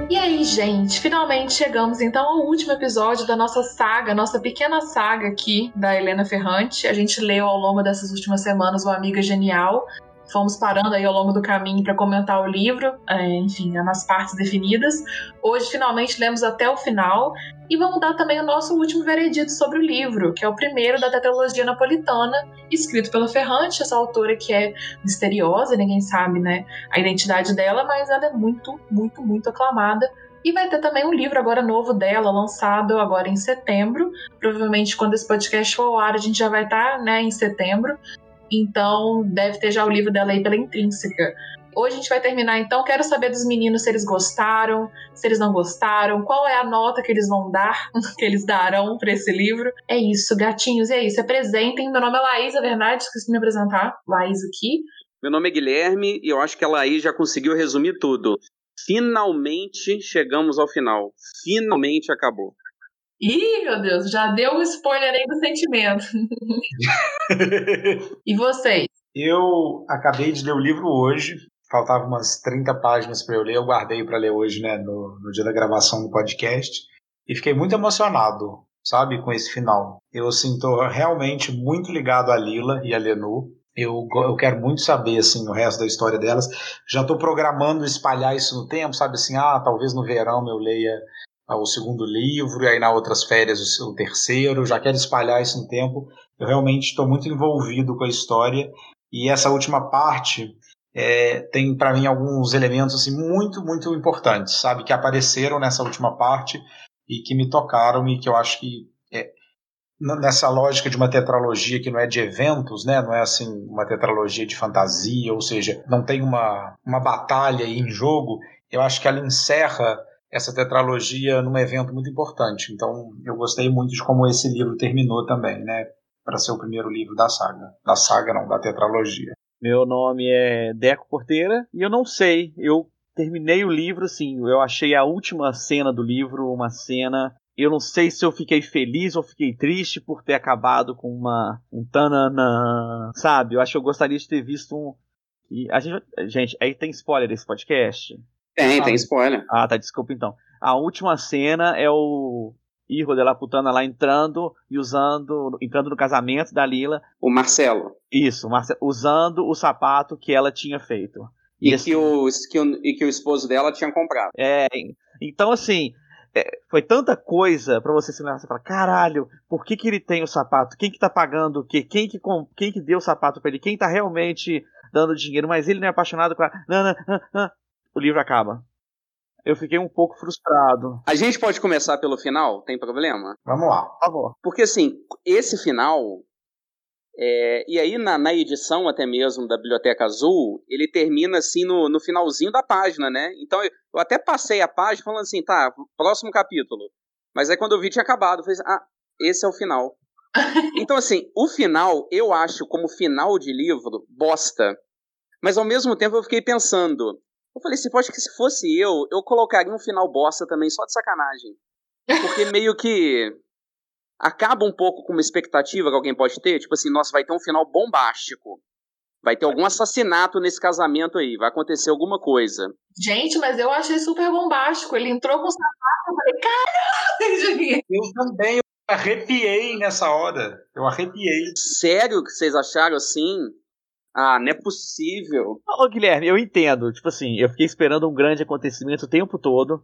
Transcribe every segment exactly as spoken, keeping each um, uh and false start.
E aí, gente, finalmente chegamos então ao último episódio da nossa saga, nossa pequena saga aqui da Helena Ferrante. A gente leu ao longo dessas últimas semanas o Amiga Genial. Fomos parando aí ao longo do caminho para comentar o livro, enfim, nas partes definidas. Hoje, finalmente, lemos até o final e vamos dar também o nosso último veredito sobre o livro, que é o primeiro da tetralogia napolitana, escrito pela Ferrante, essa autora que é misteriosa, ninguém sabe, né, a identidade dela, mas ela é muito, muito, muito aclamada. E vai ter também um livro agora novo dela, lançado agora em setembro. Provavelmente, quando esse podcast for ao ar, a gente já vai estar, né, em setembro. Então, deve ter já o livro dela aí pela Intrínseca. Hoje a gente vai terminar, então. Quero saber dos meninos se eles gostaram, se eles não gostaram, qual é a nota que eles vão dar, que eles darão para esse livro. É isso, gatinhos, é isso. Apresentem. Meu nome é Laís, é verdade? Esqueci de me apresentar. Laís aqui. Meu nome é Guilherme e eu acho que a Laís já conseguiu resumir tudo. Finalmente chegamos ao final. Finalmente acabou. Ih, meu Deus, já deu um spoiler aí do sentimento. E vocês? Eu acabei de ler o livro hoje, faltavam umas trinta páginas para eu ler, eu guardei para ler hoje, né, no, no dia da gravação do podcast, e fiquei muito emocionado, sabe, com esse final. Eu, assim, tô realmente muito ligado a Lila e a Lenu. Eu, eu quero muito saber, assim, o resto da história delas. Já estou programando espalhar isso no tempo, sabe, assim, ah, talvez no verão eu leia o segundo livro, e aí nas outras férias o terceiro, já quero espalhar isso no tempo. Eu realmente estou muito envolvido com a história, e essa última parte é, tem para mim alguns elementos assim, muito, muito importantes, sabe, que apareceram nessa última parte e que me tocaram, e que eu acho que é, nessa lógica de uma tetralogia que não é de eventos, né, não é assim uma tetralogia de fantasia, ou seja, não tem uma, uma batalha em jogo, eu acho que ela encerra essa tetralogia num evento muito importante. Então, eu gostei muito de como esse livro terminou também, né? Para ser o primeiro livro da saga. Da saga, não, da tetralogia. Meu nome é Deco Porteira e eu não sei. Eu terminei o livro, assim, eu achei a última cena do livro uma cena... Eu não sei se eu fiquei feliz ou fiquei triste por ter acabado com uma... um tananã, sabe? Eu acho que eu gostaria de ter visto um... E a gente, gente, aí tem spoiler desse podcast? Tem, ah, tem spoiler. Ah, tá, desculpa então. A última cena é o Hijo de la Putana lá entrando e usando, entrando no casamento da Lila. O Marcelo. Isso, Marcelo, usando o sapato que ela tinha feito. E, e, assim, que, o, que, o, e que o esposo dela tinha comprado. É, então assim, é, foi tanta coisa pra você se lembrar, você fala, caralho, por que que ele tem o sapato? Quem que tá pagando o quê? Quem que, quem que deu o sapato pra ele? Quem tá realmente dando dinheiro? Mas ele não é apaixonado com a... Não, não, não, não. O livro acaba. Eu fiquei um pouco frustrado. A gente pode começar pelo final? Tem problema? Vamos lá. Por favor. Porque, assim, esse final... É, e aí, na, na edição até mesmo da Biblioteca Azul, ele termina, assim, no, no finalzinho da página, né? Então, eu, eu até passei a página falando assim, tá, próximo capítulo. Mas aí, quando eu vi, tinha acabado. Eu falei assim, ah, esse é o final. Então, assim, o final, eu acho, como final de livro, bosta. Mas, ao mesmo tempo, eu fiquei pensando... Eu falei assim, pode que se fosse eu, eu colocaria um final bosta também, só de sacanagem. Porque meio que acaba um pouco com uma expectativa que alguém pode ter, tipo assim, nossa, vai ter um final bombástico. Vai ter algum assassinato nesse casamento aí, vai acontecer alguma coisa. Gente, mas eu achei super bombástico. Ele entrou com o sapato, eu falei, caralho! Eu também, eu arrepiei nessa hora. Eu arrepiei. Sério que vocês acharam assim? Ah, não é possível. Ô, Guilherme, eu entendo. Tipo assim, eu fiquei esperando um grande acontecimento o tempo todo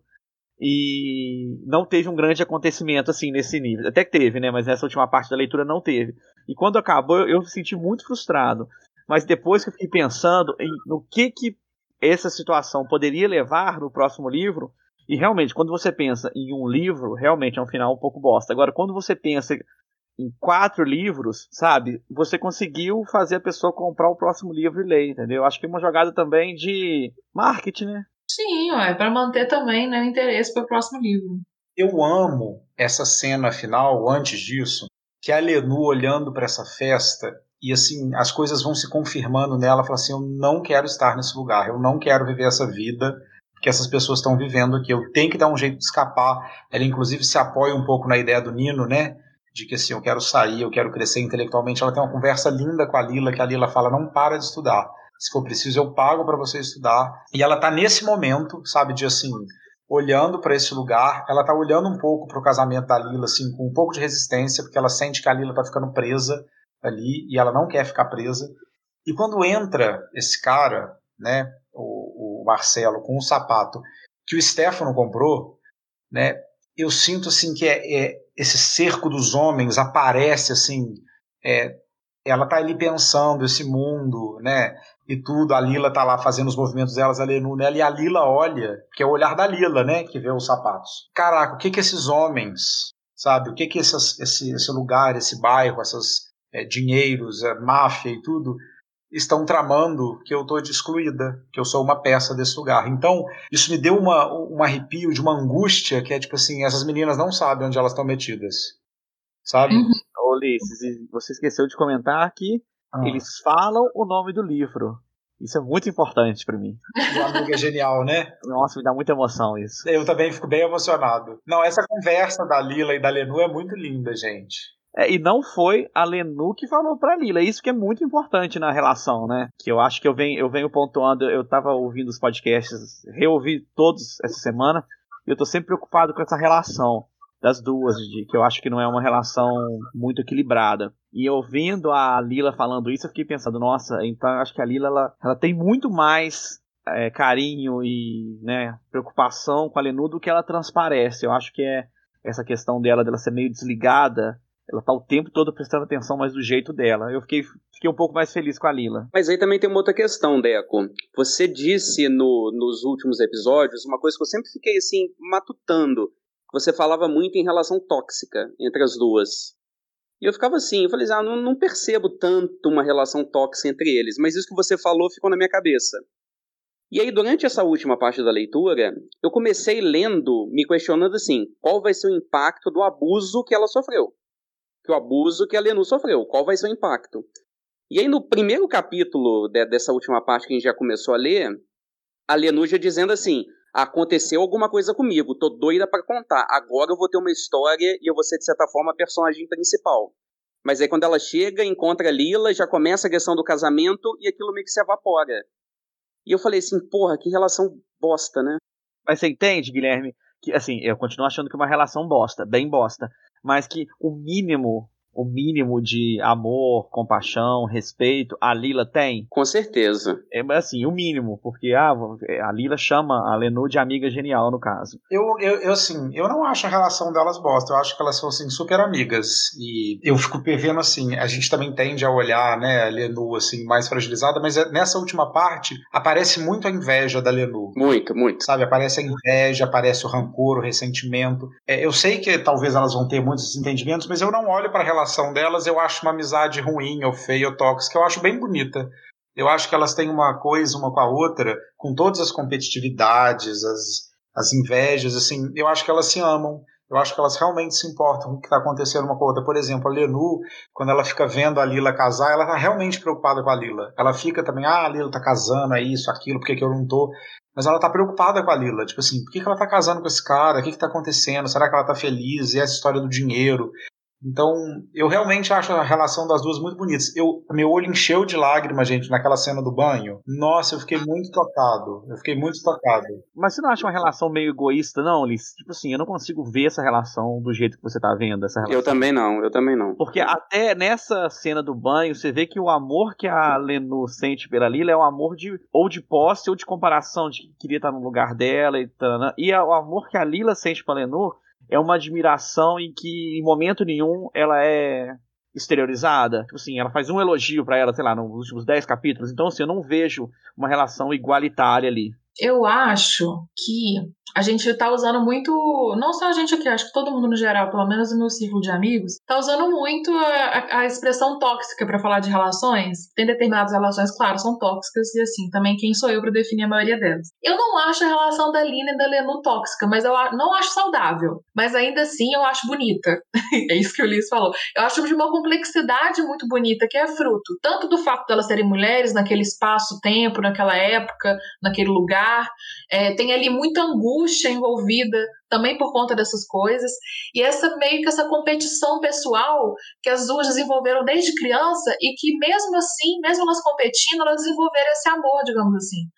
e não teve um grande acontecimento assim nesse nível. Até que teve, né? Mas nessa última parte da leitura não teve. E quando acabou, eu, eu me senti muito frustrado. Mas depois que eu fiquei pensando em, no que que essa situação poderia levar no próximo livro, e realmente, quando você pensa em um livro, realmente é um final um pouco bosta. Agora, quando você pensa em quatro livros, sabe, você conseguiu fazer a pessoa comprar o próximo livro e ler, entendeu? Acho que é uma jogada também de marketing, né? Sim, é para manter também, né, o interesse para o próximo livro. Eu amo essa cena final, antes disso, que a Lenu olhando para essa festa e assim, as coisas vão se confirmando nela, fala assim, eu não quero estar nesse lugar, eu não quero viver essa vida que essas pessoas estão vivendo aqui, eu tenho que dar um jeito de escapar. Ela inclusive se apoia um pouco na ideia do Nino, né, de que assim, eu quero sair, eu quero crescer intelectualmente. Ela tem uma conversa linda com a Lila, que a Lila fala, não para de estudar, se for preciso eu pago para você estudar. E ela tá nesse momento, sabe, de assim, olhando para esse lugar, ela tá olhando um pouco para o casamento da Lila, assim, com um pouco de resistência, porque ela sente que a Lila tá ficando presa ali, e ela não quer ficar presa. E quando entra esse cara, né, o, o Marcelo, com um sapato que o Stefano comprou, né, eu sinto assim que é, é, esse cerco dos homens aparece assim, é, ela tá ali pensando esse mundo, né, e tudo, a Lila tá lá fazendo os movimentos delas, a Lenu nela, e a Lila olha, que é o olhar da Lila, né, que vê os sapatos. Caraca, o que que esses homens, sabe, o que que essas, esse, esse lugar, esse bairro, essas é, dinheiros, é, máfia e tudo, estão tramando que eu estou excluída, que eu sou uma peça desse lugar. Então, isso me deu uma, um arrepio de uma angústia que é tipo assim, essas meninas não sabem onde elas estão metidas, sabe? Uhum. Ô, Ulisses, você esqueceu de comentar que Ah. eles falam o nome do livro. Isso é muito importante pra mim. O amigo é genial, né? Nossa, me dá muita emoção isso. Eu também fico bem emocionado. Não, essa conversa da Lila e da Lenu é muito linda, gente. É, e não foi a Lenu que falou pra Lila. Isso que é muito importante na relação, né? Que eu acho que eu venho, eu venho pontuando. Eu tava ouvindo os podcasts, reouvi todos essa semana, e eu tô sempre preocupado com essa relação das duas, de, que eu acho que não é uma relação muito equilibrada. E ouvindo a Lila falando isso, eu fiquei pensando, nossa, então eu acho que a Lila ela, ela tem muito mais é, carinho e, né, preocupação com a Lenu do que ela transparece. Eu acho que é essa questão dela, dela ser meio desligada. Ela tá o tempo todo prestando atenção, mas do jeito dela. Eu fiquei, fiquei um pouco mais feliz com a Lila. Mas aí também tem uma outra questão, Deco. Você disse no, nos últimos episódios uma coisa que eu sempre fiquei assim, matutando. Você falava muito em relação tóxica entre as duas. E eu ficava assim, eu falei, ah, não, não percebo tanto uma relação tóxica entre eles. Mas isso que você falou ficou na minha cabeça. E aí, durante essa última parte da leitura, eu comecei lendo, me questionando assim, qual vai ser o impacto do abuso que ela sofreu? Que o abuso que a Lenu sofreu, qual vai ser o impacto? E aí no primeiro capítulo de, dessa última parte que a gente já começou a ler, a Lenu já dizendo assim, aconteceu alguma coisa comigo, tô doida pra contar, agora eu vou ter uma história e eu vou ser de certa forma a personagem principal. Mas aí quando ela chega, encontra a Lila, já começa a questão do casamento e aquilo meio que se evapora. E eu falei assim, porra, que relação bosta, né? Mas você entende, Guilherme, que assim, eu continuo achando que é uma relação bosta, bem bosta. Mas que o mínimo, o mínimo de amor, compaixão, respeito, a Lila tem. Com certeza. É assim, o mínimo, porque ah, a Lila chama a Lenu de amiga genial, no caso. Eu, eu, eu, assim, eu não acho a relação delas bosta, eu acho que elas são, assim, super amigas. E eu fico vendo, assim, a gente também tende a olhar, né, a Lenu, assim, mais fragilizada, mas nessa última parte aparece muito a inveja da Lenu. Muito, muito. Sabe, aparece a inveja, aparece o rancor, o ressentimento. É, eu sei que talvez elas vão ter muitos desentendimentos, mas eu não olho para a relação delas, eu acho uma amizade ruim, ou feia, ou tóxica, eu acho bem bonita. Eu acho que elas têm uma coisa uma com a outra, com todas as competitividades, as, as invejas, assim, eu acho que elas se amam. Eu acho que elas realmente se importam com o que está acontecendo uma com a outra. Por exemplo, a Lenu, quando ela fica vendo a Lila casar, ela está realmente preocupada com a Lila. Ela fica também, ah, a Lila está casando, é isso, aquilo, por que, que eu não tô? Mas ela está preocupada com a Lila. Tipo assim, por que, que ela está casando com esse cara? O que está acontecendo? Será que ela está feliz? E essa história do dinheiro? Então, eu realmente acho a relação das duas muito bonita. Eu, meu olho encheu de lágrimas, gente, naquela cena do banho. Nossa, eu fiquei muito tocado. Eu fiquei muito tocado. Mas você não acha uma relação meio egoísta, não, Liz? Tipo assim, eu não consigo ver essa relação do jeito que você tá vendo essa relação. Eu também não, eu também não. Porque até nessa cena do banho, você vê que o amor que a Lenu sente pela Lila é um amor de ou de posse ou de comparação, de que queria estar no lugar dela e tal. E o amor que a Lila sente pela Lenu é uma admiração em que, em momento nenhum, ela é exteriorizada. Tipo assim, ela faz um elogio pra ela, sei lá, nos últimos dez capítulos. Então, assim, eu não vejo uma relação igualitária ali. Eu acho que a gente tá usando muito, não só a gente aqui, acho que todo mundo no geral, pelo menos o meu círculo de amigos, tá usando muito a, a expressão tóxica pra falar de relações. Tem determinadas relações, claro, são tóxicas, e assim, também quem sou eu pra definir a maioria delas. Eu não acho a relação da Lina e da Lenu tóxica, mas eu não acho saudável. Mas ainda assim eu acho bonita. É isso que o Liz falou. Eu acho de uma complexidade muito bonita, que é fruto tanto do fato de elas serem mulheres naquele espaço-tempo, naquela época, naquele lugar. É, tem ali muita angústia envolvida também por conta dessas coisas, e essa meio que essa competição pessoal que as duas desenvolveram desde criança, e que mesmo assim, mesmo elas competindo, elas desenvolveram esse amor, digamos assim.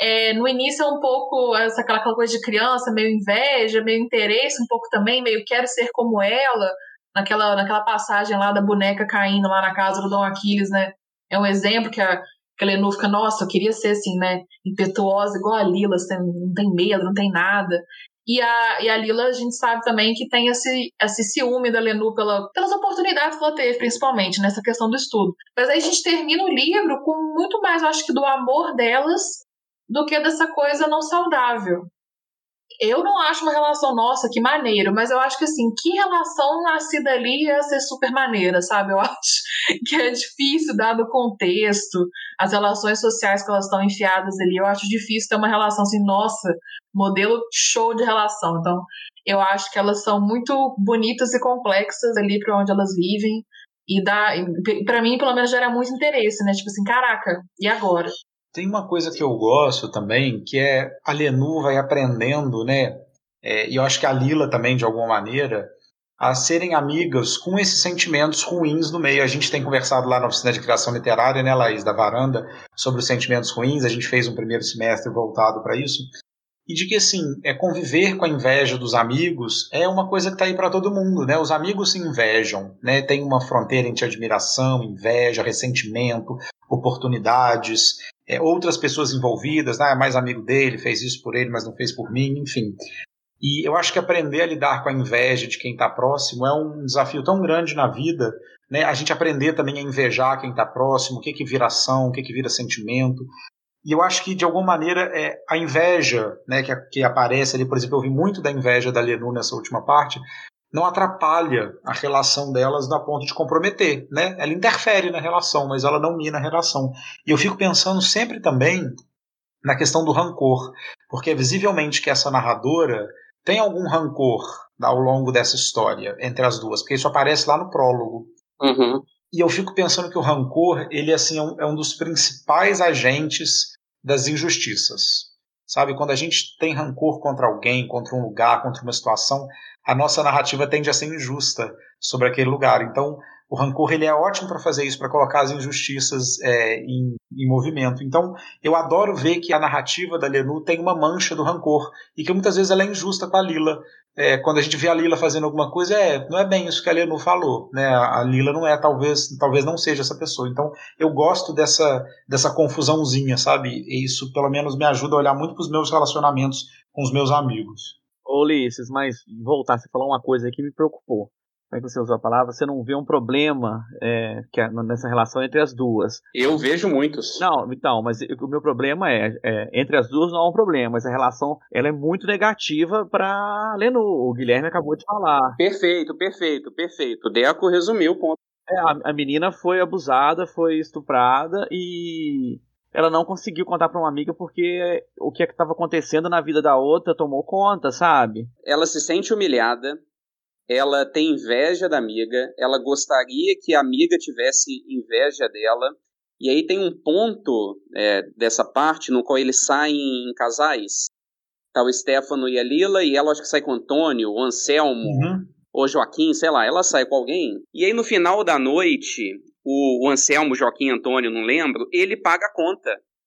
é, no início é um pouco essa, aquela, aquela coisa de criança, meio inveja, meio interesse, um pouco também, meio quero ser como ela, naquela, naquela passagem lá da boneca caindo lá na casa do Dom Aquiles, né? É um exemplo que a, que a Lenor fica, nossa, eu queria ser assim, né? Impetuosa, igual a Lila, assim, não tem medo, não tem nada. E a, e a Lila, a gente sabe também que tem esse, esse ciúme da Lenor pela, pelas oportunidades que ela teve, principalmente, nessa questão do estudo. Mas aí a gente termina o livro com muito mais, eu acho que, do amor delas do que dessa coisa não saudável. Eu não acho uma relação, nossa, que maneiro, mas eu acho que, assim, que relação nascida ali ia ser super maneira, sabe? Eu acho que é difícil, dado o contexto, as relações sociais que elas estão enfiadas ali, eu acho difícil ter uma relação assim, nossa, modelo show de relação. Então, eu acho que elas são muito bonitas e complexas ali para onde elas vivem, e dá, para mim, pelo menos, gera muito interesse, né? Tipo assim, caraca, e agora? Tem uma coisa que eu gosto também, que é a Lenor vai aprendendo, né? É, e eu acho que a Lila também, de alguma maneira, a serem amigas com esses sentimentos ruins no meio. A gente tem conversado lá na oficina de criação literária, né, Laís, da Varanda, sobre os sentimentos ruins. A gente fez um primeiro semestre voltado para isso. E de que, assim, é conviver com a inveja dos amigos é uma coisa que está aí para todo mundo, né? Os amigos se invejam, né? Tem uma fronteira entre admiração, inveja, ressentimento, oportunidades, é, outras pessoas envolvidas, né? Mais amigo dele, fez isso por ele, mas não fez por mim, enfim. E eu acho que aprender a lidar com a inveja de quem está próximo é um desafio tão grande na vida, né? A gente aprender também a invejar quem está próximo, o que que vira ação, o que que vira sentimento. E eu acho que, de alguma maneira, é, a inveja, né, que, que aparece ali, por exemplo, eu vi muito da inveja da Lenor nessa última parte, não atrapalha a relação delas a ponto de comprometer, né? Ela interfere na relação, mas ela não mina a relação. E eu fico pensando sempre também na questão do rancor, porque é visivelmente que essa narradora tem algum rancor ao longo dessa história entre as duas, porque isso aparece lá no prólogo. Uhum. E eu fico pensando que o rancor, ele assim, é, um, é um dos principais agentes das injustiças. Sabe, quando a gente tem rancor contra alguém, contra um lugar, contra uma situação, a nossa narrativa tende a ser injusta sobre aquele lugar. Então, o rancor ele é ótimo para fazer isso, para colocar as injustiças é, em, em movimento. Então, eu adoro ver que a narrativa da Lenor tem uma mancha do rancor, e que muitas vezes ela é injusta com a Lila. É, quando a gente vê a Lila fazendo alguma coisa, é, não é bem isso que a Lenor falou, né? A Lila não é, talvez, talvez não seja essa pessoa. Então, eu gosto dessa, dessa confusãozinha, sabe? E isso, pelo menos, me ajuda a olhar muito para os meus relacionamentos com os meus amigos. Ô, Ulisses, mas voltar, você falou uma coisa aí que me preocupou. Como é que você usou a palavra? Você não vê um problema é, que é nessa relação entre as duas. Eu vejo muitos. Não, então, mas o meu problema é, é entre as duas não há um problema, mas a relação ela é muito negativa para Lenor. O Guilherme acabou de falar. Perfeito, perfeito, perfeito. Deco resumiu o ponto. É, a, a menina foi abusada, foi estuprada e ela não conseguiu contar para uma amiga porque o que estava acontecendo na vida da outra tomou conta, sabe? Ela se sente humilhada. Ela tem inveja da amiga, ela gostaria que a amiga tivesse inveja dela, e aí tem um ponto é, dessa parte no qual eles saem em casais. Tá o Stefano e a Lila, e ela acho que sai com o Antônio, o Anselmo, uhum. ou Joaquim, sei lá, ela sai com alguém. E aí no final da noite, o, o Anselmo, Joaquim, Antônio, não lembro, ele paga a conta.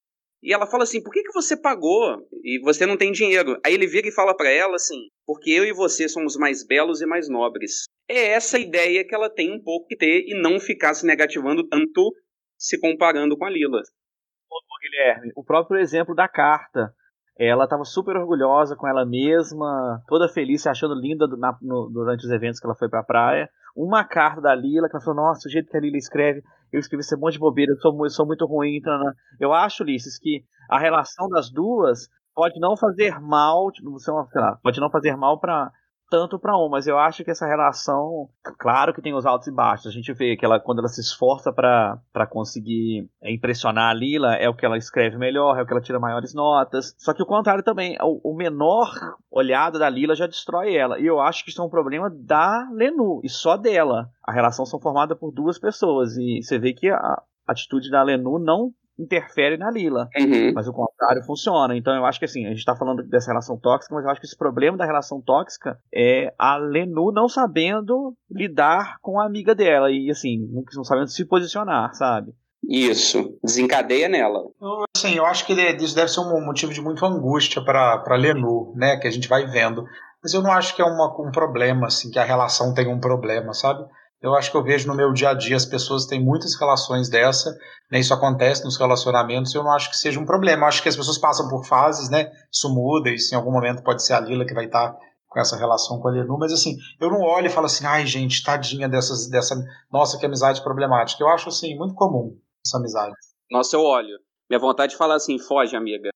E ela fala assim, por que, que você pagou e você não tem dinheiro? Aí ele vira e fala pra ela assim, porque eu e você somos mais belos e mais nobres. É essa ideia que ela tem um pouco que ter e não ficar se negativando tanto se comparando com a Lila. Ô, Guilherme, o próprio exemplo da carta. Ela estava super orgulhosa com ela mesma, toda feliz, se achando linda do, na, no, durante os eventos que ela foi pra praia. Uma carta da Lila, que ela falou, nossa, o jeito que a Lila escreve, eu escrevi esse monte de bobeira, eu sou, eu sou muito ruim. Então, eu acho, Ulisses, que a relação das duas pode não fazer mal, tipo, sei lá, pode não fazer mal para tanto para um, mas eu acho que essa relação, claro que tem os altos e baixos. A gente vê que ela, quando ela se esforça para conseguir impressionar a Lila, é o que ela escreve melhor, é o que ela tira maiores notas. Só que o contrário também, o, o menor olhada da Lila já destrói ela. E eu acho que isso é um problema da Lenor, e só dela. A relação são formada por duas pessoas, e você vê que a atitude da Lenor não interfere na Lila, uhum. mas o contrário funciona. Então eu acho que assim, a gente está falando dessa relação tóxica, mas eu acho que esse problema da relação tóxica é a Lenor não sabendo lidar com a amiga dela, e assim, não sabendo se posicionar, sabe? Isso, desencadeia nela. Eu, assim, eu acho que isso deve ser um motivo de muita angústia para Lenor, né, que a gente vai vendo. Mas eu não acho que é uma, um problema, assim, que a relação tem um problema, sabe? Eu acho que eu vejo no meu dia a dia as pessoas têm muitas relações dessa, né, isso acontece nos relacionamentos, eu não acho que seja um problema. Eu acho que as pessoas passam por fases, né, isso muda, isso em algum momento pode ser a Lila que vai estar com essa relação com a Lenor, mas assim, eu não olho e falo assim, ai gente, tadinha dessas, dessa, nossa, que amizade problemática. Eu acho, assim, muito comum essa amizade. Nossa, eu olho. Minha vontade de falar assim, foge, amiga.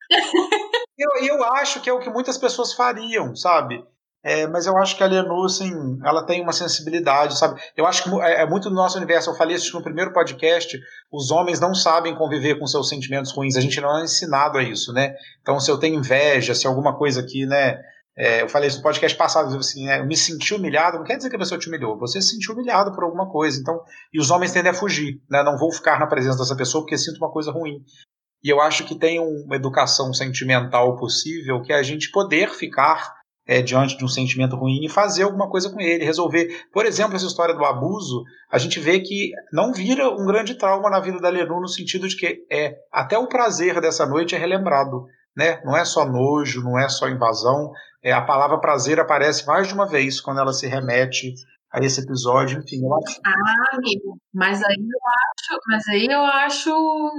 eu, eu acho que é o que muitas pessoas fariam, sabe? É, mas eu acho que a Lenor, assim, ela tem uma sensibilidade, sabe? Eu acho que é, é muito do nosso universo. Eu falei isso no primeiro podcast, os homens não sabem conviver com seus sentimentos ruins, a gente não é ensinado a isso, né? Então, se eu tenho inveja, se alguma coisa aqui, né... É, eu falei isso no podcast passado, assim, né, eu me senti humilhado, não quer dizer que a pessoa te humilhou, você se sentiu humilhado por alguma coisa, então, e os homens tendem a fugir, né, não vou ficar na presença dessa pessoa porque sinto uma coisa ruim. E eu acho que tem uma educação sentimental possível que é a gente poder ficar é, diante de um sentimento ruim e fazer alguma coisa com ele, resolver. Por exemplo, essa história do abuso, a gente vê que não vira um grande trauma na vida da Lenor no sentido de que é, até o prazer dessa noite é relembrado, né? Não é só nojo, não é só invasão. É, a palavra prazer aparece mais de uma vez quando ela se remete a esse episódio, enfim. Eu acho... Ah, amigo, mas aí eu acho, mas aí eu acho,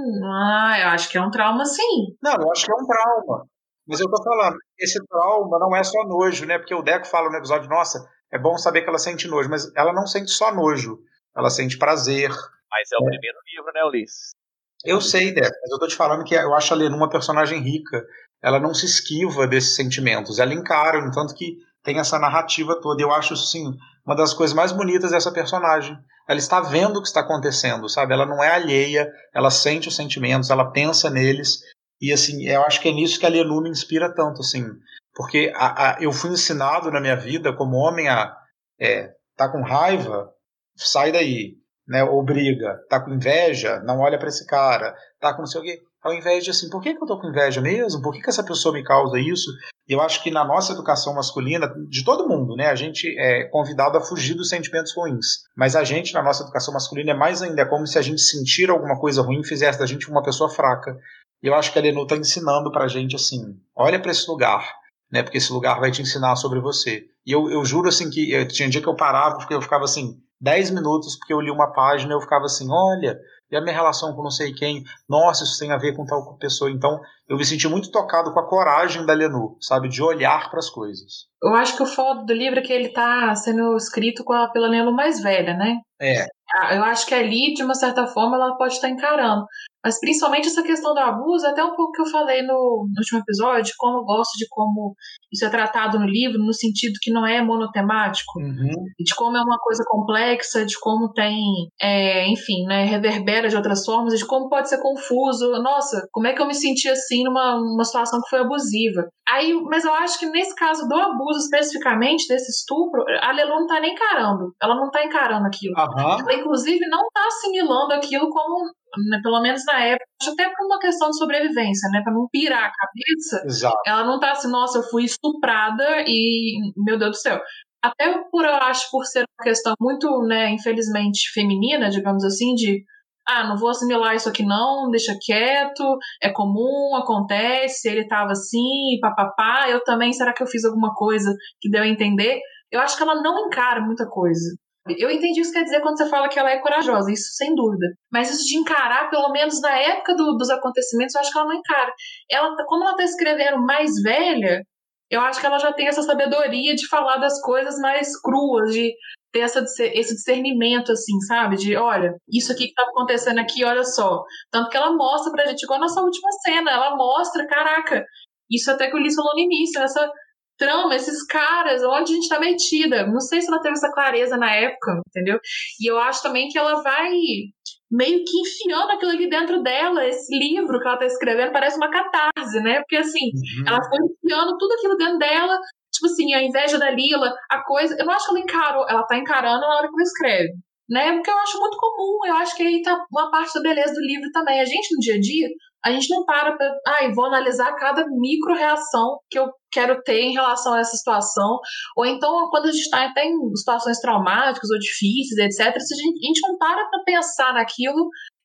ah, eu acho que é um trauma, sim. Não, eu acho que é um trauma. Mas eu tô falando, esse trauma não é só nojo, né? Porque o Deco fala no episódio, nossa, é bom saber que ela sente nojo, mas ela não sente só nojo, ela sente prazer. Mas é o é. primeiro livro, né, Ulisses? Eu sei, Deco, mas eu tô te falando que eu acho a Lenor uma personagem rica. Ela não se esquiva desses sentimentos, ela encara, no tanto que tem essa narrativa toda. Eu acho, sim, uma das coisas mais bonitas dessa personagem. Ela está vendo o que está acontecendo, sabe? Ela não é alheia, ela sente os sentimentos, ela pensa neles. E, assim, eu acho que é nisso que a Lenor me inspira tanto, assim. Porque a, a, eu fui ensinado na minha vida, como homem, a é, tá com raiva, sai daí, né? Ou briga. Tá com inveja, não olha para esse cara. Tá com não sei o quê. Ao invés de assim, por que, que eu tô com inveja mesmo? Por que, que essa pessoa me causa isso? E eu acho que na nossa educação masculina, de todo mundo, né, a gente é convidado a fugir dos sentimentos ruins. Mas a gente, na nossa educação masculina, é mais ainda, é como se a gente sentir alguma coisa ruim fizesse da gente uma pessoa fraca. E eu acho que a Lenor tá ensinando pra gente assim, olha para esse lugar, né, porque esse lugar vai te ensinar sobre você. E eu, eu juro assim que eu, tinha um dia que eu parava, porque eu ficava assim, dez minutos, porque eu li uma página e eu ficava assim, olha... E a minha relação com não sei quem, nossa, isso tem a ver com tal pessoa. Então, eu me senti muito tocado com a coragem da Lenor, sabe, de olhar para as coisas. Eu acho que o foda do livro é que ele tá sendo escrito com a, pela Lenor mais velha, né? É. Eu acho que ali, de uma certa forma, ela pode estar encarando. Mas principalmente essa questão do abuso, até um pouco que eu falei no, no último episódio, como eu gosto de como isso é tratado no livro, no sentido que não é monotemático, uhum. de como é uma coisa complexa, de como tem, é, enfim, né, reverbera de outras formas, e de como pode ser confuso. Nossa, como é que eu me senti assim numa, numa situação que foi abusiva? Aí, mas eu acho que nesse caso do abuso especificamente, desse estupro, a Lenor não tá nem encarando. Ela não tá encarando aquilo. Uhum. Ela, inclusive, não tá assimilando aquilo como, né, pelo menos na época, até por uma questão de sobrevivência, né? Pra não pirar a cabeça. Exato. Ela não tá assim, nossa, eu fui estuprada e, meu Deus do céu. Até por, eu acho, por ser uma questão muito, né, infelizmente, feminina, digamos assim, de ah, não vou assimilar isso aqui não, deixa quieto, é comum, acontece, ele tava assim, papapá, eu também, será que eu fiz alguma coisa que deu a entender? Eu acho que ela não encara muita coisa. Eu entendi o que você quer dizer quando você fala que ela é corajosa, isso sem dúvida. Mas isso de encarar, pelo menos na época do, dos acontecimentos, eu acho que ela não encara. Ela, como ela tá escrevendo mais velha, eu acho que ela já tem essa sabedoria de falar das coisas mais cruas, de ter essa, esse discernimento, assim, sabe? De, olha, isso aqui que tá acontecendo aqui, olha só. Tanto que ela mostra pra gente, igual a nossa última cena, ela mostra, caraca, isso até que o Ulisses falou no início, essa trama, esses caras, onde a gente tá metida. Não sei se ela teve essa clareza na época, entendeu? E eu acho também que ela vai meio que enfiando aquilo ali dentro dela. Esse livro que ela tá escrevendo parece uma catarse, né? Porque assim, uhum. ela foi enfiando tudo aquilo dentro dela, tipo assim, a inveja da Lila, a coisa, eu não acho que ela encarou, ela tá encarando na hora que ela escreve, né? Porque eu acho muito comum, eu acho que aí tá uma parte da beleza do livro também. A gente no dia a dia, a gente não para pra, ai, vou analisar cada micro reação que eu quero ter em relação a essa situação, ou então quando a gente está até em situações traumáticas ou difíceis, etcétera, a gente, a gente não para para pensar naquilo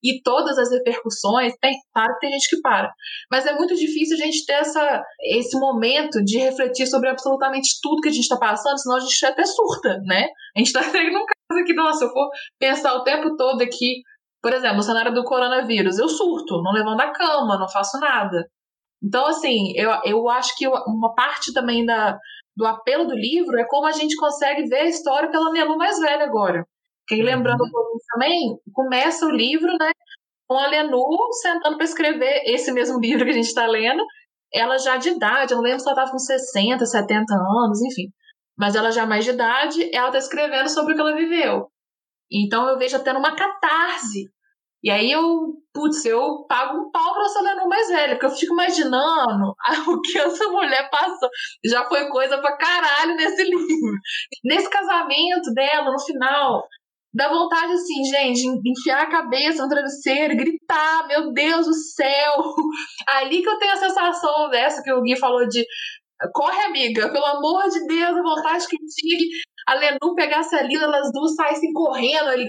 e todas as repercussões, tem, claro que tem gente que para, mas é muito difícil a gente ter essa, esse momento de refletir sobre absolutamente tudo que a gente está passando, senão a gente até surta, né? A gente está num caso aqui, nossa, se eu for pensar o tempo todo aqui, por exemplo, no cenário do coronavírus, eu surto, não levanto da cama, não faço nada. Então, assim, eu, eu acho que uma parte também da, do apelo do livro é como a gente consegue ver a história pela Nelu mais velha agora. Porque, lembrando um pouco também, começa o livro, né, com a Lenu sentando para escrever esse mesmo livro que a gente está lendo, ela já de idade, eu não lembro se ela estava com sessenta, setenta anos, enfim, mas ela já mais de idade, ela está escrevendo sobre o que ela viveu. Então eu vejo até numa catarse. E aí eu, putz, eu pago um pau pra essa Lenu mais velha, porque eu fico imaginando o que essa mulher passou. Já foi coisa pra caralho nesse livro. Nesse casamento dela, no final, dá vontade, assim, gente, enfiar a cabeça no travesseiro, gritar, meu Deus do céu. Ali que eu tenho a sensação dessa que o Gui falou de corre, amiga, pelo amor de Deus, a vontade que tinha que a Lenu pegasse a Lila, elas duas saíssem correndo ali.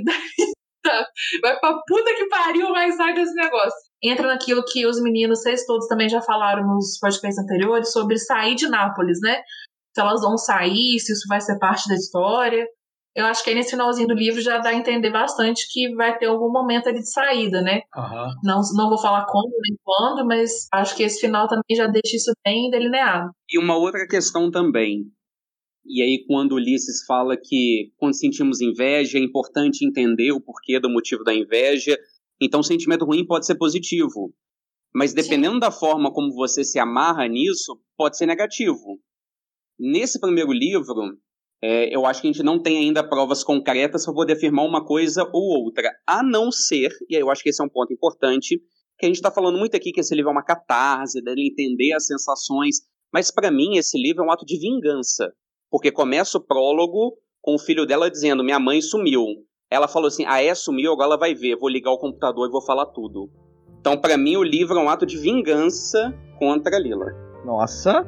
Vai pra puta que pariu, vai sair desse negócio. Entra naquilo que os meninos, vocês todos também já falaram nos podcasts anteriores sobre sair de Nápoles, né? Se elas vão sair, se isso vai ser parte da história. Eu acho que aí nesse finalzinho do livro já dá a entender bastante que vai ter algum momento ali de saída, né? Uhum. Não, não vou falar como nem quando, mas acho que esse final também já deixa isso bem delineado. E uma outra questão também. E aí, quando Ulisses fala que quando sentimos inveja, é importante entender o porquê do motivo da inveja. Então, o sentimento ruim pode ser positivo. Mas dependendo Sim. da forma como você se amarra nisso, pode ser negativo. Nesse primeiro livro, é, eu acho que a gente não tem ainda provas concretas para poder afirmar uma coisa ou outra. A não ser, e aí eu acho que esse é um ponto importante, que a gente está falando muito aqui que esse livro é uma catarse, dele entender as sensações. Mas, para mim, esse livro é um ato de vingança. Porque começa o prólogo com o filho dela dizendo, minha mãe sumiu. Ela falou assim, ah é, sumiu, agora ela vai ver, vou ligar o computador e vou falar tudo. Então, pra mim, o livro é um ato de vingança contra a Lila. Nossa!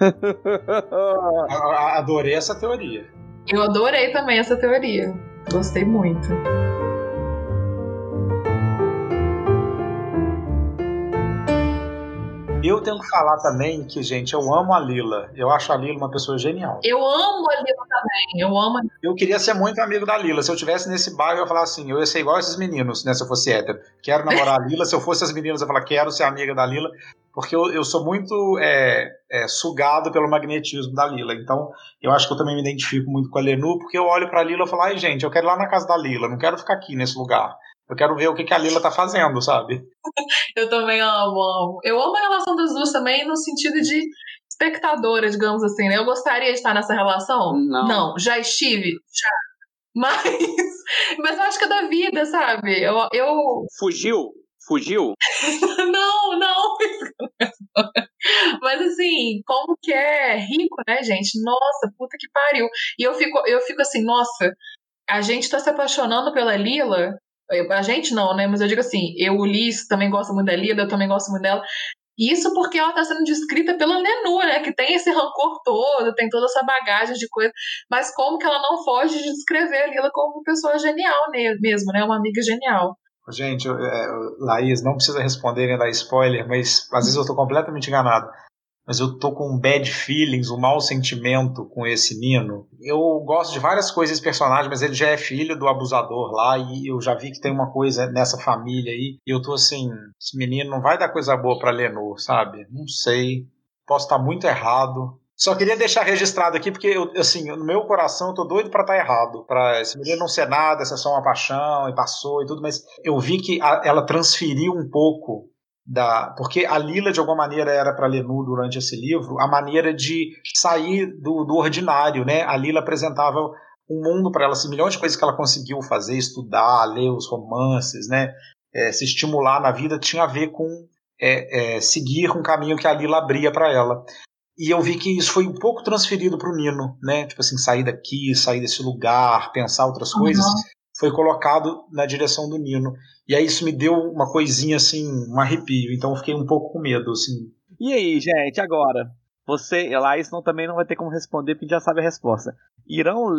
Adorei essa teoria. Eu adorei também essa teoria. Gostei muito. Eu tenho que falar também que, gente, eu amo a Lila. Eu acho a Lila uma pessoa genial. Eu amo a Lila também. Eu amo a... Eu queria ser muito amigo da Lila. Se eu estivesse nesse bairro, eu ia falar assim, eu ia ser igual esses meninos, né, se eu fosse hétero. Quero namorar a Lila. Se eu fosse as meninas, eu ia falar, quero ser amiga da Lila. Porque eu, eu sou muito é, é, sugado pelo magnetismo da Lila. Então, eu acho que eu também me identifico muito com a Lenu, porque eu olho pra Lila e falo, ai, gente, eu quero ir lá na casa da Lila. Não quero ficar aqui nesse lugar. Eu quero ver o que, que a Lila tá fazendo, sabe? Eu também amo, amo. Eu amo a relação das duas também no sentido de espectadora, digamos assim, né? Eu gostaria de estar nessa relação? Não. Não. Já estive? Já. Mas, mas eu acho que é da vida, sabe? Eu... eu... Fugiu? Fugiu? Não, não. Mas assim, como que é rico, né, gente? Nossa, puta que pariu. E eu fico, eu fico assim, nossa, a gente tá se apaixonando pela Lila... A gente não, né? Mas eu digo assim, eu, o Ulisses, também gosto muito da Lila, eu também gosto muito dela. Isso porque ela tá sendo descrita pela Lenu, né? Que tem esse rancor todo, tem toda essa bagagem de coisa. Mas como que ela não foge de descrever a Lila como uma pessoa genial mesmo, né? Uma amiga genial. Gente, eu, é, Laís, não precisa responder nem dar spoiler, mas às vezes eu tô completamente enganado. Mas eu tô com um bad feelings, um mau sentimento com esse Nino. Eu gosto de várias coisas desse personagem, mas ele já é filho do abusador lá, e eu já vi que tem uma coisa nessa família aí, e eu tô assim, esse menino não vai dar coisa boa pra Lenu, sabe? Não sei, posso estar muito errado. Só queria deixar registrado aqui, porque eu, assim, no meu coração eu tô doido pra estar errado, pra esse menino não ser nada, ser só uma paixão, e passou e tudo, mas eu vi que a, ela transferiu um pouco Da, porque a Lila, de alguma maneira, era para Lenu, durante esse livro, a maneira de sair do, do ordinário, né? A Lila apresentava um mundo para ela, assim, milhões de coisas que ela conseguiu fazer, estudar, ler os romances, né? É, se estimular na vida, tinha a ver com é, é, seguir um caminho que a Lila abria para ela. E eu vi que isso foi um pouco transferido para o Nino, né? Tipo assim, sair daqui, sair desse lugar, pensar outras uhum. coisas, foi colocado na direção do Nino. E aí isso me deu uma coisinha assim, um arrepio. Então eu fiquei um pouco com medo, assim. E aí, gente, agora? Você, Laís, não, também não vai ter como responder, porque já sabe a resposta. Irão ler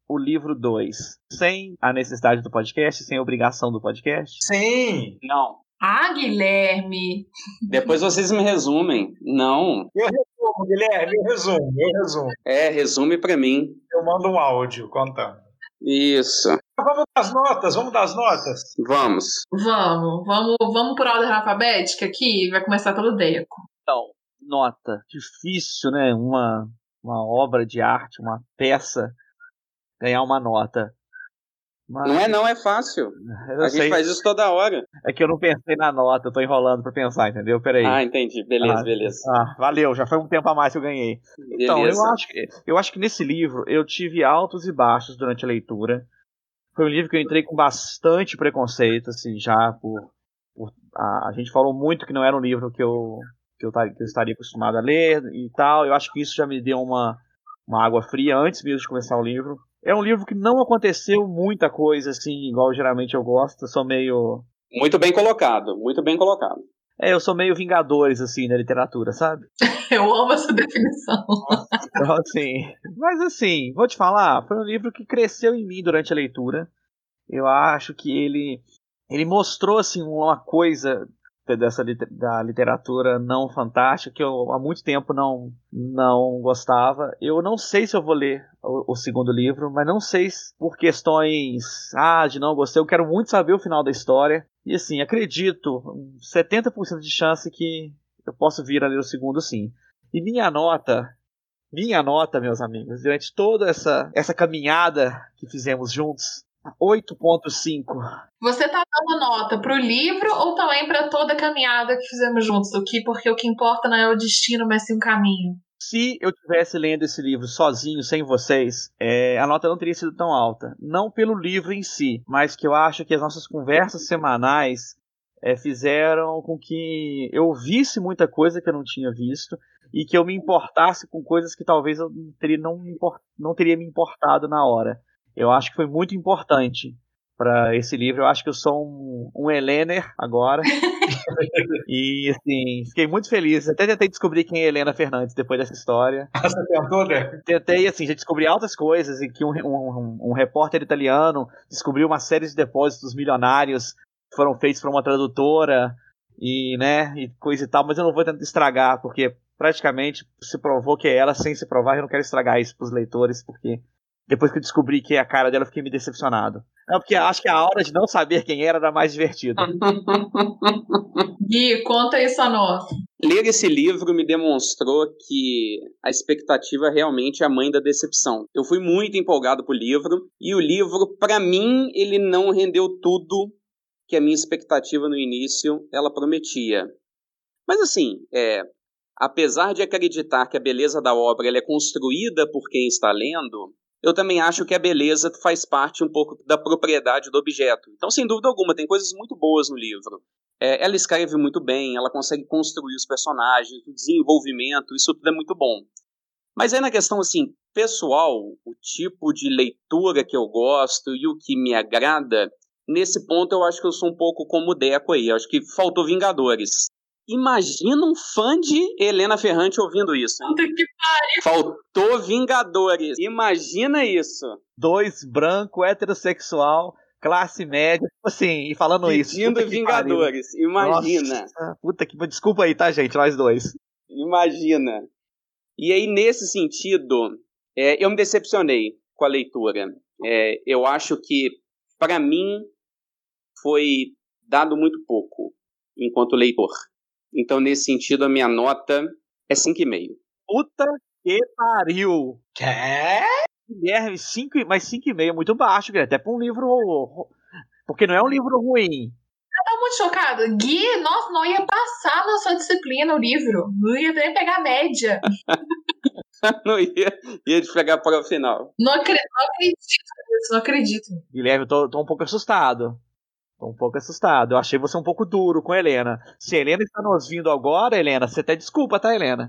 o livro dois sem a necessidade do podcast, sem a obrigação do podcast? Sim! Não. Ah, Guilherme! Depois vocês me resumem. Não. Eu resumo, Guilherme, eu resumo, eu resumo. É, resume pra mim. Eu mando um áudio contando. Isso. Vamos dar as notas, vamos dar as notas? Vamos. Vamos, vamos, vamos por ordem alfabética aqui, vai começar pelo Deco. Então, nota. Difícil, né? Uma, uma obra de arte, uma peça, ganhar uma nota. Mas... Não é não, é fácil. Eu a sei. gente faz isso toda hora. É que eu não pensei na nota, eu tô enrolando pra pensar, entendeu? Peraí. Ah, entendi. Beleza, ah, beleza. Ah, valeu, já foi um tempo a mais que eu ganhei. Beleza. Então, eu acho, que, eu acho que nesse livro eu tive altos e baixos durante a leitura. Foi um livro que eu entrei com bastante preconceito, assim, já por... por a, a gente falou muito que não era um livro que eu, que, eu, que eu estaria acostumado a ler e tal. Eu acho que isso já me deu uma, uma água fria antes mesmo de começar o livro. É um livro que não aconteceu muita coisa, assim, igual geralmente eu gosto. Eu sou meio... Muito bem colocado, muito bem colocado. É, eu sou meio Vingadores, assim, na literatura, sabe? Eu amo essa definição. Então, assim... Mas, assim, vou te falar, foi um livro que cresceu em mim durante a leitura. Eu acho que ele... Ele mostrou, assim, uma coisa dessa da literatura não fantástica que eu há muito tempo não, não gostava. Eu não sei se eu vou ler o, o segundo livro, mas não sei se por questões ah, de não gostei, eu quero muito saber o final da história. E assim, acredito, setenta por cento de chance que eu posso vir a ler o segundo sim. E minha nota, minha nota, meus amigos, durante toda essa, essa caminhada que fizemos juntos, oito ponto cinco. Você tá dando nota pro livro ou também pra toda a caminhada que fizemos juntos? O que, porque o que importa não é o destino, mas sim o caminho. Se eu tivesse lendo esse livro sozinho, sem vocês, é, a nota não teria sido tão alta. Não pelo livro em si, mas que eu acho que as nossas conversas semanais é, fizeram com que eu visse muita coisa que eu não tinha visto e que eu me importasse com coisas que talvez eu teria, não, me import, não teria me importado na hora. Eu acho que foi muito importante para esse livro. Eu acho que eu sou um, um Helener agora. E, assim, fiquei muito feliz. Até tentei descobrir quem é Helena Fernandes depois dessa história. Você tentou, né? Tentei, assim, já descobri altas coisas. E que um, um, um repórter italiano descobriu uma série de depósitos milionários que foram feitos por uma tradutora. E, né, e coisa e tal. Mas eu não vou tentar estragar, porque praticamente se provou que é ela sem se provar. Eu não quero estragar isso pros leitores, porque... Depois que eu descobri que é a cara dela, eu fiquei me decepcionado. Não, porque acho que a hora de não saber quem era era mais divertida. Gui, conta aí sua nota. Ler esse livro me demonstrou que a expectativa realmente é a mãe da decepção. Eu fui muito empolgado pro livro, e o livro, pra mim, ele não rendeu tudo que a minha expectativa no início ela prometia. Mas assim, é, apesar de acreditar que a beleza da obra ela é construída por quem está lendo, eu também acho que a beleza faz parte um pouco da propriedade do objeto. Então, sem dúvida alguma, tem coisas muito boas no livro. É, ela escreve muito bem, ela consegue construir os personagens, o desenvolvimento, isso tudo é muito bom. Mas aí na questão assim, pessoal, o tipo de leitura que eu gosto e o que me agrada, nesse ponto eu acho que eu sou um pouco como o Deco aí, eu acho que faltou Vingadores. Imagina um fã de Helena Ferrante ouvindo isso. Puta que pariu. Faltou Vingadores. Imagina isso. Dois, branco, heterossexual, classe média. Assim, e falando Pedindo isso. Pedindo Vingadores. Pariu. Imagina. Nossa, puta que... Desculpa aí, tá, gente? Nós dois. Imagina. E aí, nesse sentido, é, eu me decepcionei com a leitura. É, eu acho que, para mim, foi dado muito pouco enquanto leitor. Então, nesse sentido, a minha nota é cinco e meio. Puta que pariu! Quê? Guilherme, cinco, mas cinco e meio é muito baixo, Guilherme. Até pra um livro... Porque não é um livro ruim. Eu tô muito chocada. Gui, nossa, não ia passar na sua disciplina o livro. Não ia nem pegar média. Não ia, ia te pegar para o final. Não acredito, não acredito nisso, não acredito. Guilherme, eu tô, tô um pouco assustado. Tô um pouco assustado. Eu achei você um pouco duro com a Helena. Se a Helena está nos ouvindo agora, Helena, você até desculpa, tá, Helena?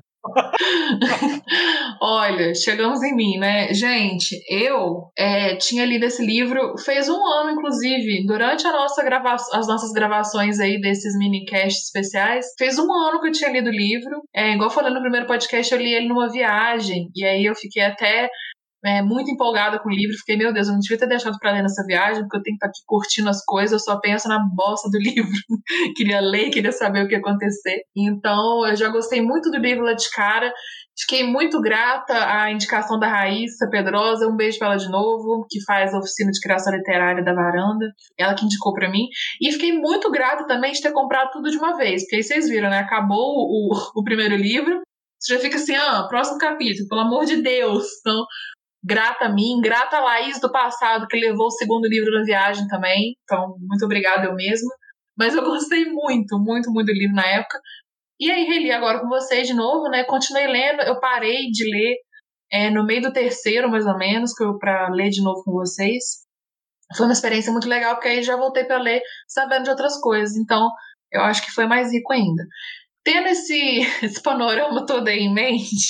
Olha, chegamos em mim, né? Gente, eu é, tinha lido esse livro fez um ano, inclusive, durante a nossa grava- as nossas gravações aí desses minicasts especiais. Fez um ano que eu tinha lido o livro. É, igual falando no primeiro podcast, eu li ele numa viagem. E aí eu fiquei até... é, muito empolgada com o livro. Fiquei, meu Deus, eu não devia ter deixado pra ler nessa viagem, porque eu tenho que estar aqui curtindo as coisas, eu só penso na bosta do livro. Queria ler, queria saber o que ia acontecer. Então, eu já gostei muito do livro lá de cara. Fiquei muito grata à indicação da Raíssa Pedrosa, um beijo pra ela de novo, que faz a oficina de criação literária da Varanda, ela que indicou pra mim. E fiquei muito grata também de ter comprado tudo de uma vez, porque aí vocês viram, né? Acabou o, o primeiro livro, você já fica assim, ah, próximo capítulo, pelo amor de Deus. Então, grata a mim, grata a Laís do passado, que levou o segundo livro na viagem também. Então, muito obrigada eu mesma. Mas eu gostei muito, muito, muito do livro na época. E aí, reli agora com vocês de novo, né? Continuei lendo, eu parei de ler é, no meio do terceiro, mais ou menos, que eu, pra ler de novo com vocês. Foi uma experiência muito legal, porque aí já voltei para ler sabendo de outras coisas. Então, eu acho que foi mais rico ainda. Tendo esse, esse panorama todo aí em mente,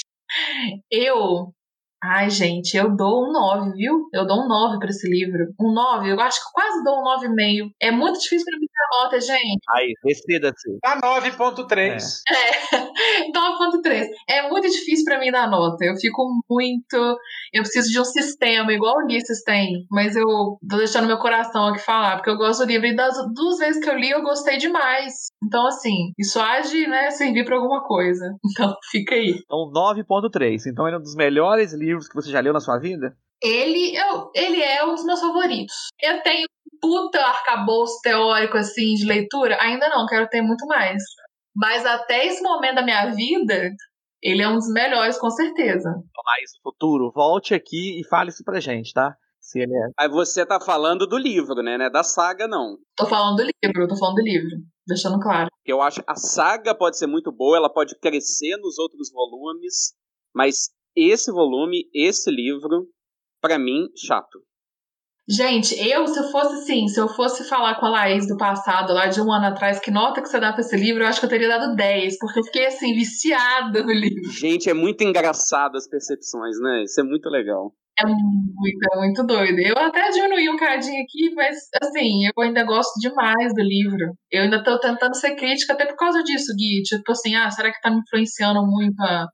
eu... Ai, gente, eu dou um nove, viu? Eu dou um nove pra esse livro. Um nove, eu acho que quase dou um nove vírgula cinco. É muito difícil pra mim dar nota, gente. Aí, decida-se. Dá nove ponto três. É, nove ponto três. É muito difícil pra mim dar nota. Eu fico muito... Eu preciso de um sistema, igual o Ulisses tem. Mas eu tô deixando meu coração aqui falar, porque eu gosto do livro. E das duas vezes que eu li, eu gostei demais. Então, assim, isso há de, né, servir pra alguma coisa. Então, fica aí. Então, nove ponto três. Então, ele é um dos melhores livros que você já leu na sua vida? Ele, eu, ele é um dos meus favoritos. Eu tenho puta arcabouço teórico, assim, de leitura? Ainda não, quero ter muito mais. Mas até esse momento da minha vida, ele é um dos melhores, com certeza. Mas no futuro, volte aqui e fale isso pra gente, tá? Se ele é... Aí você tá falando do livro, né? Não é da saga, não. Tô falando do livro, tô falando do livro. Deixando claro. Eu acho que a saga pode ser muito boa, ela pode crescer nos outros volumes, mas esse volume, esse livro, pra mim, chato. Gente, eu, se eu fosse assim, se eu fosse falar com a Laís do passado, lá de um ano atrás, que nota que você dá pra esse livro, eu acho que eu teria dado dez, porque eu fiquei, assim, viciada no livro. Gente, é muito engraçado as percepções, né? Isso é muito legal. É muito, é muito doido. Eu até diminuí um cadinho aqui, mas, assim, eu ainda gosto demais do livro. Eu ainda tô tentando ser crítica até por causa disso, Gui. Tipo assim, ah, será que tá me influenciando muito a,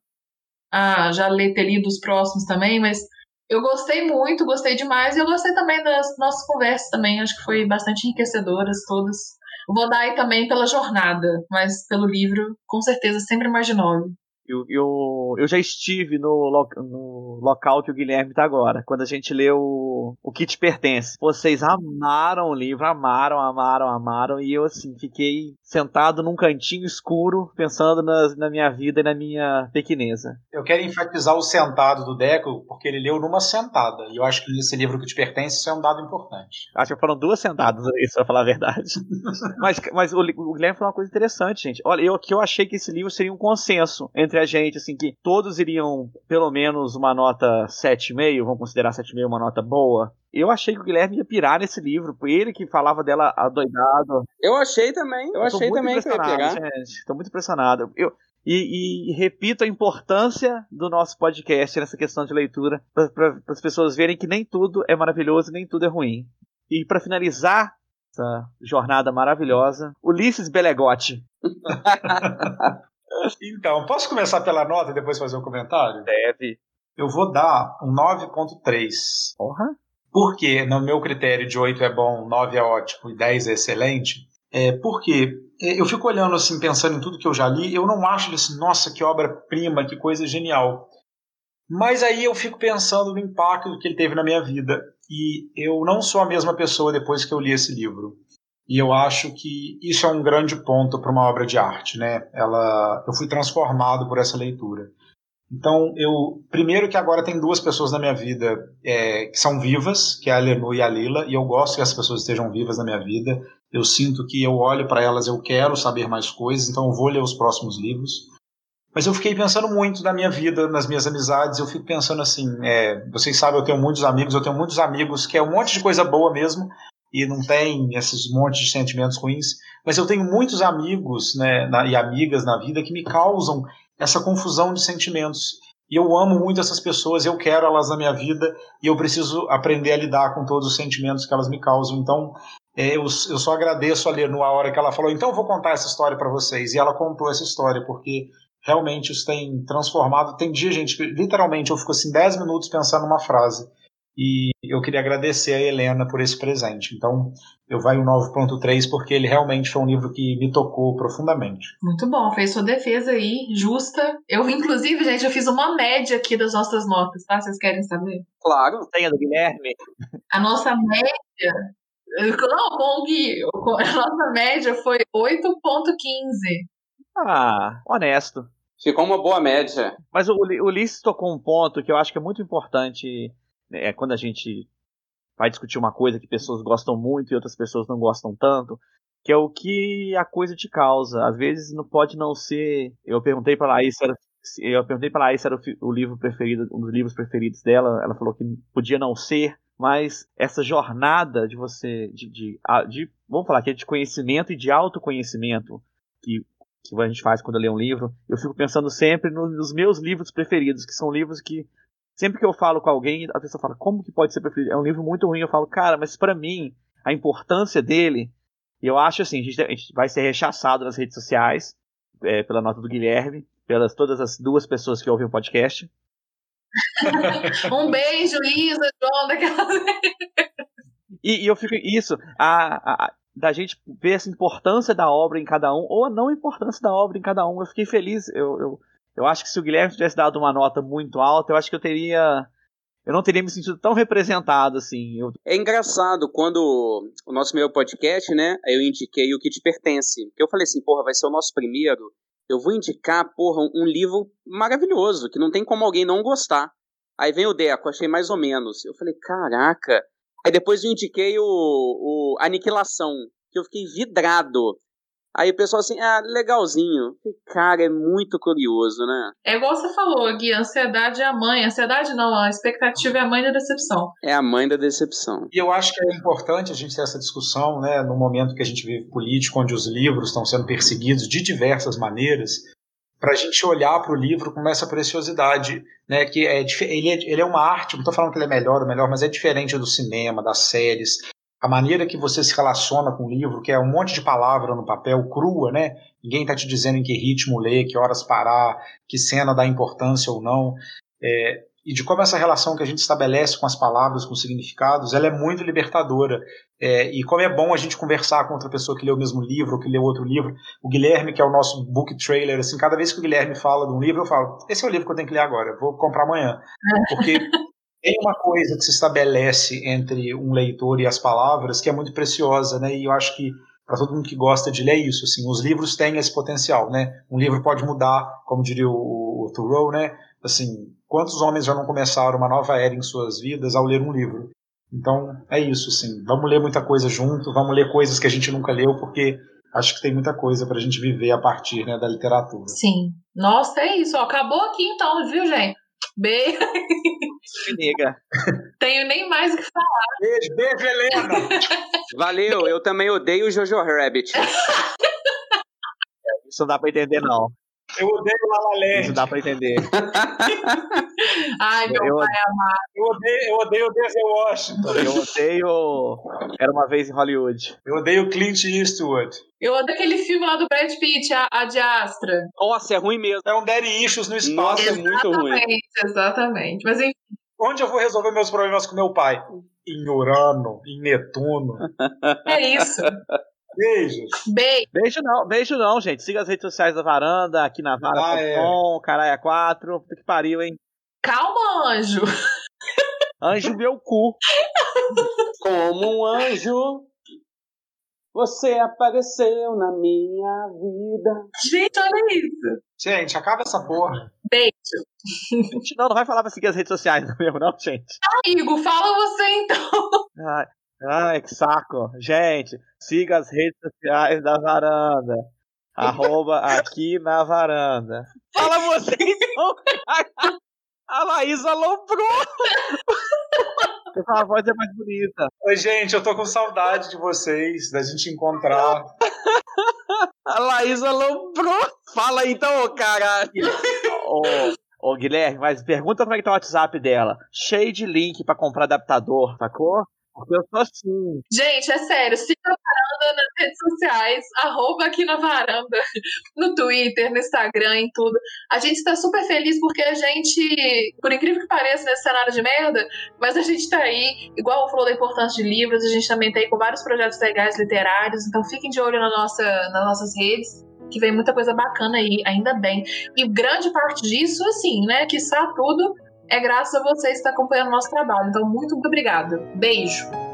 a já ler, ter lido os próximos também? Mas eu gostei muito, gostei demais. E eu gostei também das nossas conversas também. Acho que foi bastante enriquecedoras todas. Eu vou dar aí também pela jornada, mas pelo livro, com certeza, sempre mais de nove. Eu, eu, eu já estive no, lo, no local que o Guilherme tá agora, quando a gente leu o, o Que Te Pertence. Vocês amaram o livro, amaram, amaram, amaram, e eu, assim, fiquei sentado num cantinho escuro, pensando na, na minha vida e na minha pequeneza. Eu quero enfatizar o sentado do Deco, porque ele leu numa sentada, e eu acho que nesse livro Que Te Pertence isso é um dado importante. Acho que foram duas sentadas, isso, pra falar a verdade. mas mas o, o Guilherme falou uma coisa interessante, gente. Olha, eu que eu achei que esse livro seria um consenso entre a gente, assim, que todos iriam pelo menos uma nota sete vírgula cinco, vamos considerar sete vírgula cinco uma nota boa. Eu achei que o Guilherme ia pirar nesse livro, ele que falava dela adoidado. Eu achei também, eu, eu achei também que ia pirar. Gente, tô muito impressionado. Eu, e, e repito a importância do nosso podcast nessa questão de leitura, para as pessoas verem que nem tudo é maravilhoso, nem tudo é ruim. E para finalizar essa jornada maravilhosa, Ulisses Belegotti. Então, posso começar pela nota e depois fazer um comentário? Deve. Eu vou dar um nove ponto três. Porra. Porque, no meu critério de oito é bom, nove é ótimo e dez é excelente, é porque eu fico olhando assim, pensando em tudo que eu já li, eu não acho assim, nossa, que obra-prima, que coisa genial. Mas aí eu fico pensando no impacto que ele teve na minha vida. E eu não sou a mesma pessoa depois que eu li esse livro. E eu acho que isso é um grande ponto para uma obra de arte, né? Ela, eu fui transformado por essa leitura. Então, eu primeiro que agora tem duas pessoas na minha vida é, que são vivas, que é a Lenu e a Lila, e eu gosto que as pessoas estejam vivas na minha vida. Eu sinto que eu olho para elas, eu quero saber mais coisas, então eu vou ler os próximos livros. Mas eu fiquei pensando muito na minha vida, nas minhas amizades, eu fico pensando assim, é, vocês sabem, eu tenho muitos amigos, eu tenho muitos amigos que é um monte de coisa boa mesmo, e não tem esses montes de sentimentos ruins, mas eu tenho muitos amigos, né, na, e amigas na vida que me causam essa confusão de sentimentos. E eu amo muito essas pessoas, eu quero elas na minha vida, e eu preciso aprender a lidar com todos os sentimentos que elas me causam. Então, é, eu, eu só agradeço a Lenu a hora que ela falou, então eu vou contar essa história para vocês. E ela contou essa história, porque realmente isso tem transformado. Tem dia, gente, que literalmente eu fico assim dez minutos pensando numa frase. E eu queria agradecer a Helena por esse presente. Então, eu vai o nove ponto três porque ele realmente foi um livro que me tocou profundamente. Muito bom, fez sua defesa aí, justa. Eu, inclusive, gente, eu fiz uma média aqui das nossas notas, tá? Vocês querem saber? Claro. Tem a do Guilherme? A nossa média... Não, com o Gui. A nossa média foi oito ponto quinze. Ah, honesto. Ficou uma boa média. Mas o, o Ulisses tocou um ponto que eu acho que é muito importante, né, quando a gente vai discutir uma coisa que pessoas gostam muito e outras pessoas não gostam tanto, que é o que a coisa te causa. Às vezes não pode não ser... Eu perguntei para a Laís se era, eu perguntei para a Laís se era o, o livro preferido, um dos livros preferidos dela. Ela falou que podia não ser, mas essa jornada de você, de, de, de vamos falar que é de conhecimento e de autoconhecimento que, que a gente faz quando lê um livro, eu fico pensando sempre nos meus livros preferidos, que são livros que sempre que eu falo com alguém, a pessoa fala, como que pode ser preferido? É um livro muito ruim. Eu falo, cara, mas pra mim, a importância dele, eu acho assim, a gente, a gente vai ser rechaçado nas redes sociais, é, pela nota do Guilherme, pelas todas as duas pessoas que ouvem o podcast. Um beijo, Isa, João, daquela e, e eu fico, isso, a, a, da gente ver essa importância da obra em cada um, ou a não importância da obra em cada um. Eu fiquei feliz, eu... eu Eu acho que se o Guilherme tivesse dado uma nota muito alta, eu acho que eu teria... Eu não teria me sentido tão representado, assim. Eu... É engraçado, quando o nosso meu podcast, né, eu indiquei o Que Te Pertence. Porque eu falei assim, porra, vai ser o nosso primeiro. Eu vou indicar, porra, um livro maravilhoso, que não tem como alguém não gostar. Aí vem o Deco, achei mais ou menos. Eu falei, caraca. Aí depois eu indiquei o, o Aniquilação, que eu fiquei vidrado. Aí o pessoal assim, ah, legalzinho. Cara, é muito curioso, né? É igual você falou, Gui, a ansiedade é a mãe. A ansiedade não, a expectativa é a mãe da decepção. É a mãe da decepção. E eu acho que é importante a gente ter essa discussão, né, no momento que a gente vive político, onde os livros estão sendo perseguidos de diversas maneiras, para a gente olhar para o livro com essa preciosidade, né, que é, ele, é, ele é uma arte, não estou falando que ele é melhor ou melhor, mas é diferente do cinema, das séries. A maneira que você se relaciona com o livro, que é um monte de palavra no papel, crua, né? Ninguém está te dizendo em que ritmo ler, que horas parar, que cena dá importância ou não. É, e de como essa relação que a gente estabelece com as palavras, com os significados, ela é muito libertadora. É, e como é bom a gente conversar com outra pessoa que lê o mesmo livro, ou que lê outro livro. O Guilherme, que é o nosso book trailer, assim, cada vez que o Guilherme fala de um livro, eu falo, esse é o livro que eu tenho que ler agora, eu vou comprar amanhã. Porque... tem uma coisa que se estabelece entre um leitor e as palavras que é muito preciosa, né? E eu acho que para todo mundo que gosta de ler é isso, assim, os livros têm esse potencial, né? Um livro pode mudar, como diria o, o Thoreau, né? Assim, quantos homens já não começaram uma nova era em suas vidas ao ler um livro? Então, é isso, assim, vamos ler muita coisa junto, vamos ler coisas que a gente nunca leu, porque acho que tem muita coisa pra gente viver a partir, né, da literatura. Sim. Nossa, é isso, ó, acabou aqui então, viu, gente? Beijo. Nega. Tenho nem mais o que falar. Beijo, beijo, Helena. Valeu, eu também odeio o Jojo Rabbit. Isso não dá pra entender, não. Eu odeio La La Land. Isso dá pra entender. Ai, meu eu, pai amado. Eu odeio, eu odeio o Denzel Washington. Eu odeio Era Uma Vez em Hollywood. Eu odeio Clint Eastwood. Eu odeio aquele filme lá do Brad Pitt, a, a de Astra. Nossa, é ruim mesmo. É um Daddy Issues no espaço. Nossa, é muito ruim. Exatamente, exatamente. Mas enfim. Onde eu vou resolver meus problemas com meu pai? Em Urano, em Netuno. É isso. Beijos. Beijo. Beijo não, beijo não, gente. Siga as redes sociais da Varanda, aqui na Vara ponto com, ah, é. Caralho quatro. Puta que pariu, hein? Calma, anjo. Anjo meu cu. Como um anjo, você apareceu na minha vida. Gente, olha isso. Gente, acaba essa porra. Beijo. Não, não vai falar pra seguir as redes sociais mesmo, não, gente. Ah, Igor, fala você então. Ai, ai, que saco. Gente, siga as redes sociais da Varanda. Arroba aqui na Varanda. Fala você então. A Laís aloprou. A voz é mais bonita. Oi, gente, eu tô com saudade de vocês, da gente encontrar. A Laís aloprou. Fala então, ô caralho. Ô, ô, Guilherme, mas pergunta como é que tá o WhatsApp dela. Cheio de link pra comprar adaptador, sacou? Porque eu sou assim. Gente, é sério, siga a Varanda nas redes sociais, arroba aqui na varanda, no Twitter, no Instagram, em tudo. A gente está super feliz porque a gente, por incrível que pareça, nesse cenário de merda, mas a gente tá aí, igual falou da importância de livros, a gente também tá aí com vários projetos legais literários, então fiquem de olho na nossa, nas nossas redes, que vem muita coisa bacana aí, ainda bem. E grande parte disso, assim, né, quiçá tudo, é graças a vocês que estão acompanhando o nosso trabalho. Então, muito, muito obrigada. Beijo!